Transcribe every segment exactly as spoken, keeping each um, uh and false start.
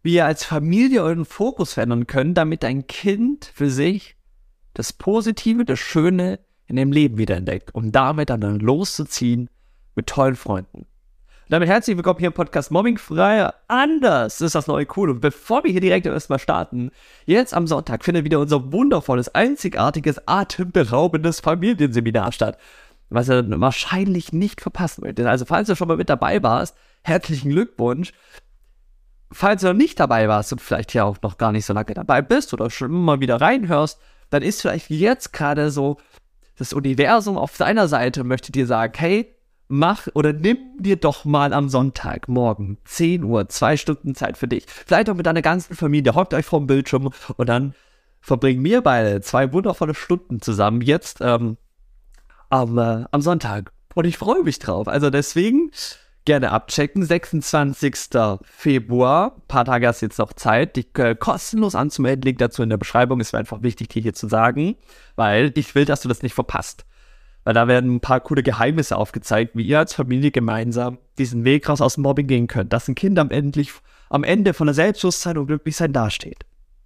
wie ihr als Familie euren Fokus verändern könnt, damit dein Kind für sich das Positive, das Schöne in dem Leben wiederentdeckt, um damit dann, dann loszuziehen mit tollen Freunden. Und damit herzlich willkommen hier im Podcast Mobbingfrei. Anders ist das neue Cool. Und bevor wir hier direkt erstmal starten, jetzt am Sonntag findet wieder unser wundervolles, einzigartiges, atemberaubendes Familienseminar statt, was ihr wahrscheinlich nicht verpassen möchtet. Also falls du schon mal mit dabei warst, herzlichen Glückwunsch. Falls du noch nicht dabei warst und vielleicht ja auch noch gar nicht so lange dabei bist oder schon immer wieder reinhörst, dann ist vielleicht jetzt gerade so das Universum auf deiner Seite und möchte dir sagen, hey, mach oder nimm dir doch mal am Sonntagmorgen zehn Uhr, zwei Stunden Zeit für dich. Vielleicht auch mit deiner ganzen Familie, hockt euch vorm Bildschirm und dann verbringen wir beide zwei wundervolle Stunden zusammen jetzt ähm, am, äh, am Sonntag. Und ich freue mich drauf. Also deswegen gerne abchecken, sechsundzwanzigsten Februar, ein paar Tage hast du jetzt noch Zeit, dich äh, kostenlos anzumelden, Link dazu in der Beschreibung, ist mir einfach wichtig, dir hier zu sagen, weil ich will, dass du das nicht verpasst. Weil da werden ein paar coole Geheimnisse aufgezeigt, wie ihr als Familie gemeinsam diesen Weg raus aus dem Mobbing gehen könnt, dass ein Kind am, endlich, am Ende von der Selbstbewusstsein und Glücklichsein dasteht.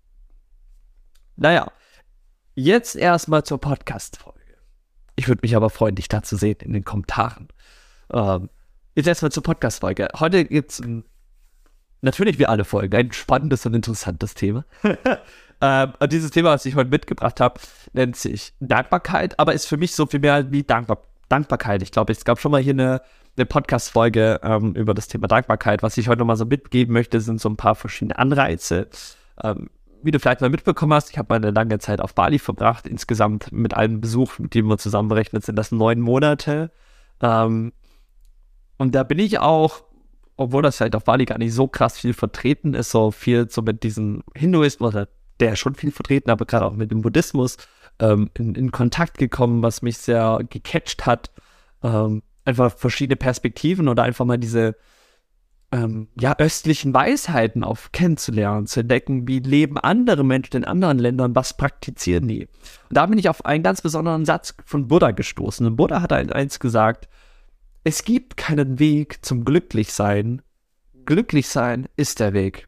Naja, jetzt erstmal zur Podcast-Folge. Ich würde mich aber freuen, dich da zu sehen in den Kommentaren. Ähm, Jetzt erstmal zur Podcast-Folge. Heute gibt es natürlich wie alle Folgen ein spannendes und interessantes Thema. ähm, und dieses Thema, was ich heute mitgebracht habe, nennt sich Dankbarkeit, aber ist für mich so viel mehr wie Dankbar- Dankbarkeit. Ich glaube, es gab schon mal hier eine, eine Podcast-Folge ähm, über das Thema Dankbarkeit. Was ich heute nochmal so mitgeben möchte, sind so ein paar verschiedene Anreize. Ähm, wie du vielleicht mal mitbekommen hast, ich habe mal eine lange Zeit auf Bali verbracht. Insgesamt mit einem Besuch, mit dem wir zusammenberechnet sind, das neun Monate. Ähm, Und da bin ich auch, obwohl das vielleicht auf Bali gar nicht so krass viel vertreten ist, so viel so mit diesem Hinduismus, der ist schon viel vertreten, aber gerade auch mit dem Buddhismus ähm, in, in Kontakt gekommen, was mich sehr gecatcht hat. Ähm, einfach verschiedene Perspektiven oder einfach mal diese ähm, ja, östlichen Weisheiten auf kennenzulernen, zu entdecken, wie leben andere Menschen in anderen Ländern, was praktizieren die. Und da bin ich auf einen ganz besonderen Satz von Buddha gestoßen. Und Buddha hat eins gesagt: Es gibt keinen Weg zum Glücklichsein. Glücklichsein ist der Weg.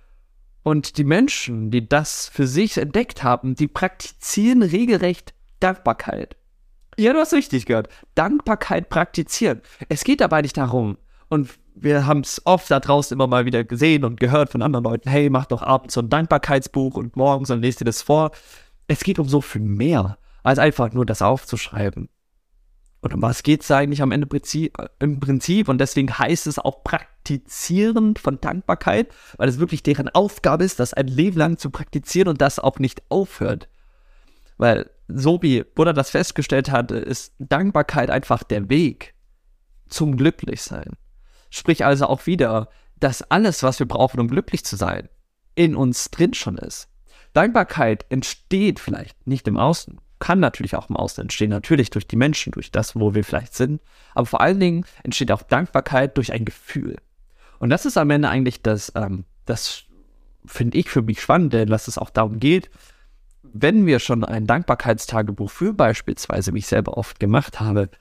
Und die Menschen, die das für sich entdeckt haben, die praktizieren regelrecht Dankbarkeit. Ja, du hast richtig gehört. Dankbarkeit praktizieren. Es geht dabei nicht darum, und wir haben es oft da draußen immer mal wieder gesehen und gehört von anderen Leuten, hey, mach doch abends so ein Dankbarkeitsbuch und morgens und lest dir das vor. Es geht um so viel mehr, als einfach nur das aufzuschreiben. Und um was geht es eigentlich am Ende Prinzip, im Prinzip? Und deswegen heißt es auch Praktizieren von Dankbarkeit, weil es wirklich deren Aufgabe ist, das ein Leben lang zu praktizieren und das auch nicht aufhört. Weil so wie Buddha das festgestellt hat, ist Dankbarkeit einfach der Weg zum Glücklichsein. Sprich also auch wieder, dass alles, was wir brauchen, um glücklich zu sein, in uns drin schon ist. Dankbarkeit entsteht vielleicht nicht im Außen, kann natürlich auch im Außen entstehen, natürlich durch die Menschen, durch das, wo wir vielleicht sind, aber vor allen Dingen entsteht auch Dankbarkeit durch ein Gefühl. Und das ist am Ende eigentlich das, ähm, das finde ich für mich spannend, denn dass es auch darum geht, wenn wir schon ein Dankbarkeitstagebuch für beispielsweise mich selber oft gemacht habe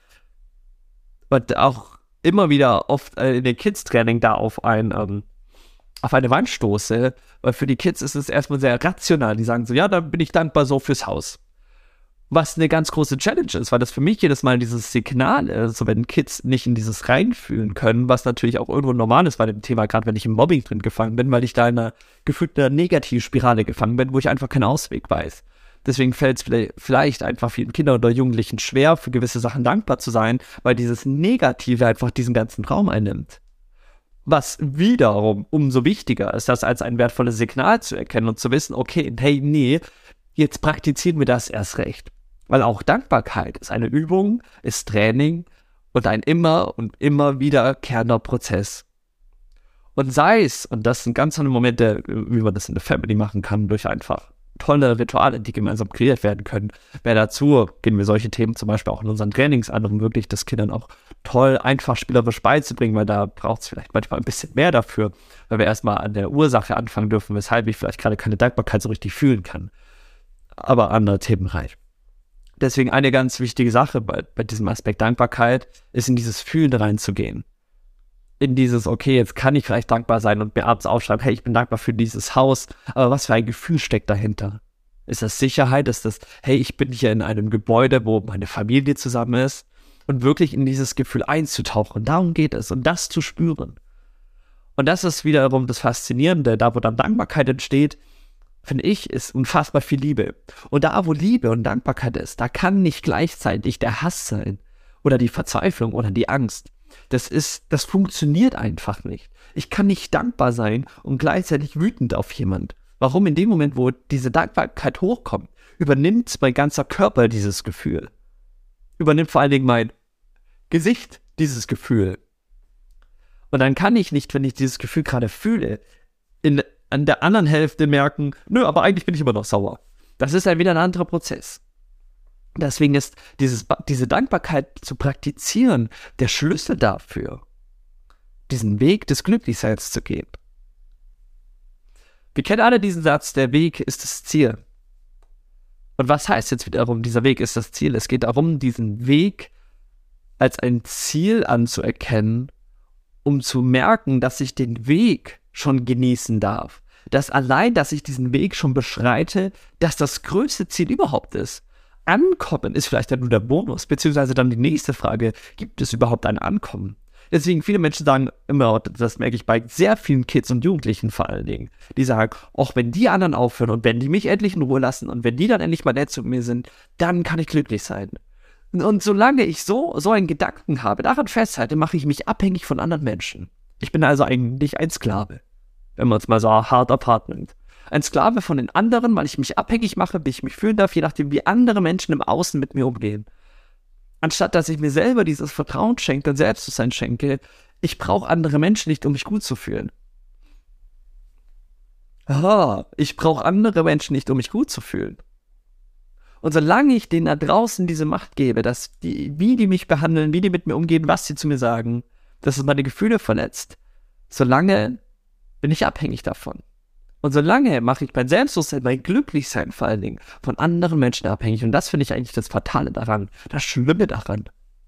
und auch immer wieder oft äh, in den Kids-Training da auf ein ähm, auf eine Wand stoße, weil für die Kids ist es erstmal sehr rational, die sagen so, ja, dann bin ich dankbar so fürs Haus. Was eine ganz große Challenge ist, weil das für mich jedes Mal dieses Signal ist, so wenn Kids nicht in dieses reinfühlen können, was natürlich auch irgendwo normal ist bei dem Thema, gerade wenn ich im Mobbing drin gefangen bin, weil ich da in einer gefühlten Negativspirale gefangen bin, wo ich einfach keinen Ausweg weiß. Deswegen fällt es vielleicht einfach vielen Kindern oder Jugendlichen schwer, für gewisse Sachen dankbar zu sein, weil dieses Negative einfach diesen ganzen Raum einnimmt. Was wiederum umso wichtiger ist, das als ein wertvolles Signal zu erkennen und zu wissen, okay, hey, nee, jetzt praktizieren wir das erst recht. Weil auch Dankbarkeit ist eine Übung, ist Training und ein immer und immer wiederkehrender Prozess. Und sei es, und das sind ganz tolle Momente, wie man das in der Family machen kann, durch einfach tolle Rituale, die gemeinsam kreiert werden können. Mehr dazu gehen wir solche Themen zum Beispiel auch in unseren Trainings an, um wirklich das Kindern auch toll, einfach spielerisch beizubringen, weil da braucht es vielleicht manchmal ein bisschen mehr dafür, weil wir erstmal an der Ursache anfangen dürfen, weshalb ich vielleicht gerade keine Dankbarkeit so richtig fühlen kann. Aber andere Themenbereich. Deswegen eine ganz wichtige Sache bei, bei diesem Aspekt Dankbarkeit ist, in dieses Fühlen reinzugehen. in dieses, okay, jetzt kann ich vielleicht dankbar sein und mir abends aufschreiben, hey, ich bin dankbar für dieses Haus, aber was für ein Gefühl steckt dahinter? Ist das Sicherheit? Ist das, hey, ich bin hier in einem Gebäude, wo meine Familie zusammen ist? Und wirklich in dieses Gefühl einzutauchen. Darum geht es. Und das zu spüren. Und das ist wiederum das Faszinierende, da wo dann Dankbarkeit entsteht, finde ich, ist unfassbar viel Liebe. Und da, wo Liebe und Dankbarkeit ist, da kann nicht gleichzeitig der Hass sein oder die Verzweiflung oder die Angst. Das ist, das funktioniert einfach nicht. Ich kann nicht dankbar sein und gleichzeitig wütend auf jemand. Warum? In dem Moment, wo diese Dankbarkeit hochkommt, übernimmt mein ganzer Körper dieses Gefühl. Übernimmt vor allen Dingen mein Gesicht dieses Gefühl. Und dann kann ich nicht, wenn ich dieses Gefühl gerade fühle, in, an der anderen Hälfte merken, nö, aber eigentlich bin ich immer noch sauer. Das ist dann wieder ein anderer Prozess. Deswegen ist dieses, diese Dankbarkeit zu praktizieren der Schlüssel dafür, diesen Weg des Glücklichseins zu gehen. Wir kennen alle diesen Satz, der Weg ist das Ziel. Und was heißt jetzt wiederum, dieser Weg ist das Ziel? Es geht darum, diesen Weg als ein Ziel anzuerkennen, um zu merken, dass ich den Weg schon genießen darf. Dass allein, dass ich diesen Weg schon beschreite, dass das größte Ziel überhaupt ist. Ankommen ist vielleicht dann nur der Bonus, beziehungsweise dann die nächste Frage, gibt es überhaupt ein Ankommen? Deswegen, viele Menschen sagen immer, das merke ich bei sehr vielen Kids und Jugendlichen vor allen Dingen, die sagen, auch wenn die anderen aufhören und wenn die mich endlich in Ruhe lassen und wenn die dann endlich mal nett zu mir sind, dann kann ich glücklich sein. Und solange ich so, so einen Gedanken habe, daran festhalte, mache ich mich abhängig von anderen Menschen. Ich bin also eigentlich ein Sklave, wenn man es mal so hart apart nimmt. Ein Sklave von den anderen, weil ich mich abhängig mache, wie ich mich fühlen darf, je nachdem, wie andere Menschen im Außen mit mir umgehen. Anstatt, dass ich mir selber dieses Vertrauen schenke und Selbstbewusstsein schenke, ich brauche andere Menschen nicht, um mich gut zu fühlen. Aha, ich brauche andere Menschen nicht, um mich gut zu fühlen. Und solange ich denen da draußen diese Macht gebe, dass die, wie die mich behandeln, wie die mit mir umgehen, was sie zu mir sagen, dass es meine Gefühle verletzt, solange bin ich abhängig davon. Und solange mache ich mein Selbstbewusstsein, mein Glücklichsein vor allen Dingen von anderen Menschen abhängig. Und das finde ich eigentlich das Fatale daran, das Schlimme daran.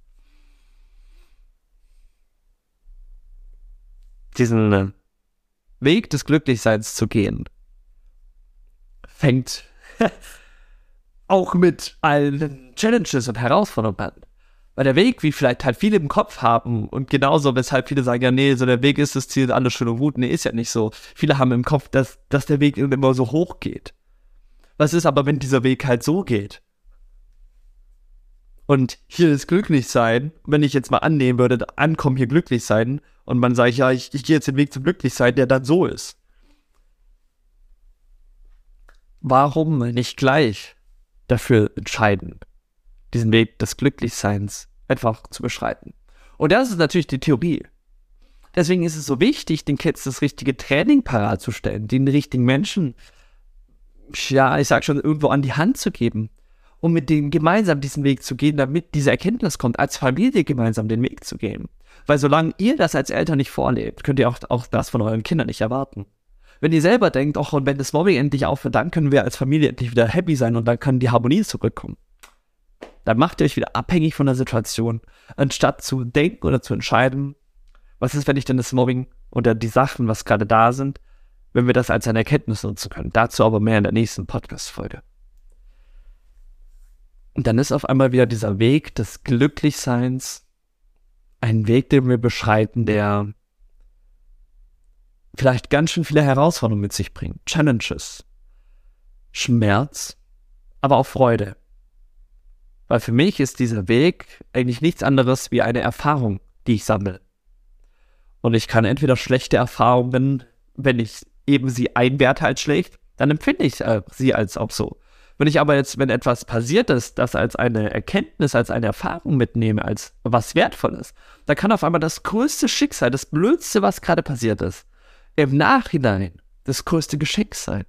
Diesen Weg des Glücklichseins zu gehen, fängt auch mit allen Challenges und Herausforderungen an. Weil der Weg, wie vielleicht halt viele im Kopf haben und genauso, weshalb viele sagen, ja nee, so der Weg ist das Ziel, alles schön und gut. Nee, ist ja nicht so. Viele haben im Kopf, dass, dass der Weg immer so hoch geht. Was ist aber, wenn dieser Weg halt so geht? Und hier ist glücklich sein, wenn ich jetzt mal annehmen würde, ankommen, hier glücklich sein, und man sagt, ja, ich, ich gehe jetzt den Weg zum Glücklichsein, der dann so ist. Warum nicht gleich dafür entscheiden, diesen Weg des Glücklichseins einfach zu beschreiten? Und das ist natürlich die Theorie. Deswegen ist es so wichtig, den Kids das richtige Training parat zu stellen, den richtigen Menschen, ja, ich sag schon, irgendwo an die Hand zu geben, um mit denen gemeinsam diesen Weg zu gehen, damit diese Erkenntnis kommt, als Familie gemeinsam den Weg zu gehen. Weil solange ihr das als Eltern nicht vorlebt, könnt ihr auch, auch das von euren Kindern nicht erwarten. Wenn ihr selber denkt, auch und wenn das Mobbing endlich aufhört, dann können wir als Familie endlich wieder happy sein und dann kann die Harmonie zurückkommen. Dann macht ihr euch wieder abhängig von der Situation, anstatt zu denken oder zu entscheiden, was ist, wenn ich denn das Mobbing oder die Sachen, was gerade da sind, wenn wir das als eine Erkenntnis nutzen können. Dazu aber mehr in der nächsten Podcast-Folge. Und dann ist auf einmal wieder dieser Weg des Glücklichseins ein Weg, den wir beschreiten, der vielleicht ganz schön viele Herausforderungen mit sich bringt. Challenges, Schmerz, aber auch Freude. Weil für mich ist dieser Weg eigentlich nichts anderes wie eine Erfahrung, die ich sammle. Und ich kann entweder schlechte Erfahrungen, wenn ich eben sie einwerte als schlecht, dann empfinde ich äh, sie als auch so. Wenn ich aber jetzt, wenn etwas passiert ist, das als eine Erkenntnis, als eine Erfahrung mitnehme, als was Wertvolles, dann kann auf einmal das größte Schicksal, das Blödste, was gerade passiert ist, im Nachhinein das größte Geschenk sein.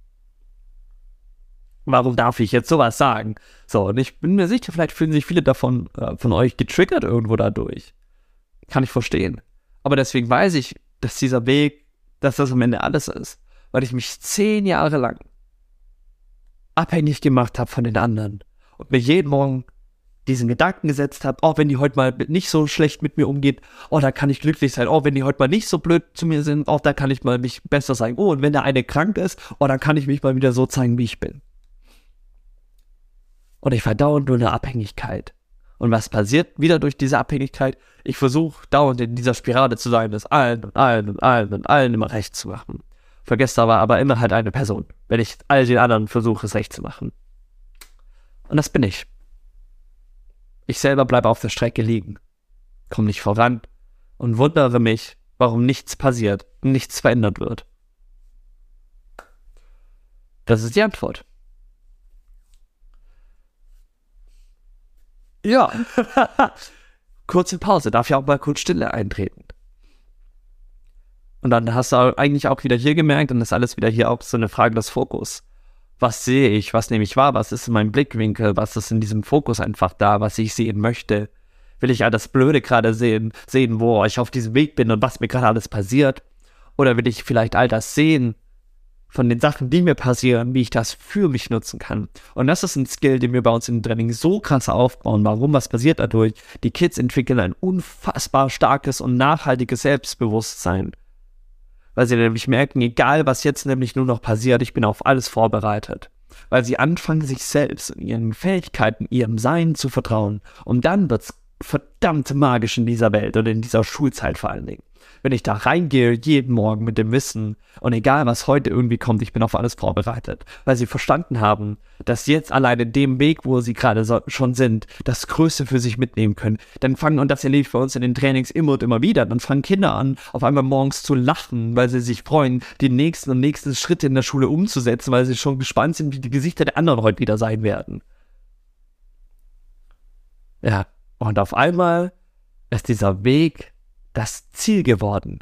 Warum darf ich jetzt sowas sagen? So, und ich bin mir sicher, vielleicht fühlen sich viele davon, äh, von euch getriggert irgendwo dadurch. Kann ich verstehen. Aber deswegen weiß ich, dass dieser Weg, dass das am Ende alles ist. Weil ich mich zehn Jahre lang abhängig gemacht habe von den anderen und mir jeden Morgen diesen Gedanken gesetzt habe, oh, wenn die heute mal nicht so schlecht mit mir umgeht, oh, da kann ich glücklich sein. Oh, wenn die heute mal nicht so blöd zu mir sind, oh, da kann ich mal mich besser zeigen. Oh, und wenn der eine krank ist, oh, dann kann ich mich mal wieder so zeigen, wie ich bin. Und ich war dauernd nur eine Abhängigkeit. Und was passiert wieder durch diese Abhängigkeit? Ich versuche dauernd in dieser Spirale zu sein, das allen und allen und allen und allen immer recht zu machen. Vergesst aber, aber immer halt eine Person, wenn ich all den anderen versuche, es recht zu machen. Und das bin ich. Ich selber bleibe auf der Strecke liegen, komme nicht voran und wundere mich, warum nichts passiert und nichts verändert wird. Das ist die Antwort. Ja, kurze Pause, darf ja auch mal kurz Stille eintreten. Und dann hast du eigentlich auch wieder hier gemerkt, und das ist alles wieder hier auch so eine Frage des Fokus. Was sehe ich, was nehme ich wahr, was ist in meinem Blickwinkel, was ist in diesem Fokus einfach da, was ich sehen möchte? Will ich all das Blöde gerade sehen, sehen, wo ich auf diesem Weg bin und was mir gerade alles passiert? Oder will ich vielleicht all das sehen von den Sachen, die mir passieren, wie ich das für mich nutzen kann? Und das ist ein Skill, den wir bei uns im Training so krass aufbauen. Warum? Was passiert dadurch? Die Kids entwickeln ein unfassbar starkes und nachhaltiges Selbstbewusstsein. Weil sie nämlich merken, egal was jetzt nämlich nur noch passiert, ich bin auf alles vorbereitet. Weil sie anfangen, sich selbst und ihren Fähigkeiten, ihrem Sein zu vertrauen. Und dann wird's verdammt magisch in dieser Welt oder in dieser Schulzeit vor allen Dingen. Wenn ich da reingehe, jeden Morgen mit dem Wissen, und egal was heute irgendwie kommt, ich bin auf alles vorbereitet. Weil sie verstanden haben, dass jetzt allein in dem Weg, wo sie gerade so, schon sind, das Größte für sich mitnehmen können. Dann fangen, und das erlebe ich bei uns in den Trainings immer und immer wieder, dann fangen Kinder an, auf einmal morgens zu lachen, weil sie sich freuen, die nächsten und nächsten Schritte in der Schule umzusetzen, weil sie schon gespannt sind, wie die Gesichter der anderen heute wieder sein werden. Ja, und auf einmal ist dieser Weg das Ziel geworden.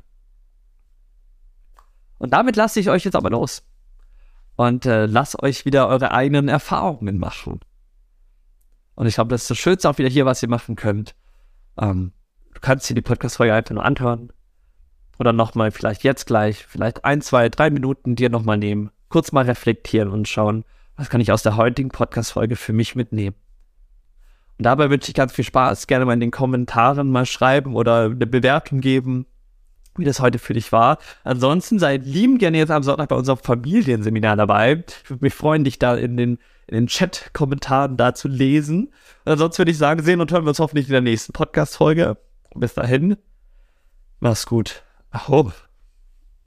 Und damit lasse ich euch jetzt aber los. Und äh, lasst euch wieder eure eigenen Erfahrungen machen. Und ich glaube, das ist das Schönste auch wieder hier, was ihr machen könnt. Ähm, du kannst dir die Podcast-Folge einfach nur anhören. Oder nochmal vielleicht jetzt gleich, vielleicht ein, zwei, drei Minuten dir nochmal nehmen. Kurz mal reflektieren und schauen, was kann ich aus der heutigen Podcast-Folge für mich mitnehmen. Und dabei wünsche ich ganz viel Spaß. Gerne mal in den Kommentaren mal schreiben oder eine Bewertung geben, wie das heute für dich war. Ansonsten seid liebend gerne jetzt am Sonntag bei unserem Familienseminar dabei. Ich würde mich freuen, dich da in den, in den Chat-Kommentaren da zu lesen. Und ansonsten würde ich sagen, sehen und hören wir uns hoffentlich in der nächsten Podcast-Folge. Bis dahin, mach's gut. Ahoi.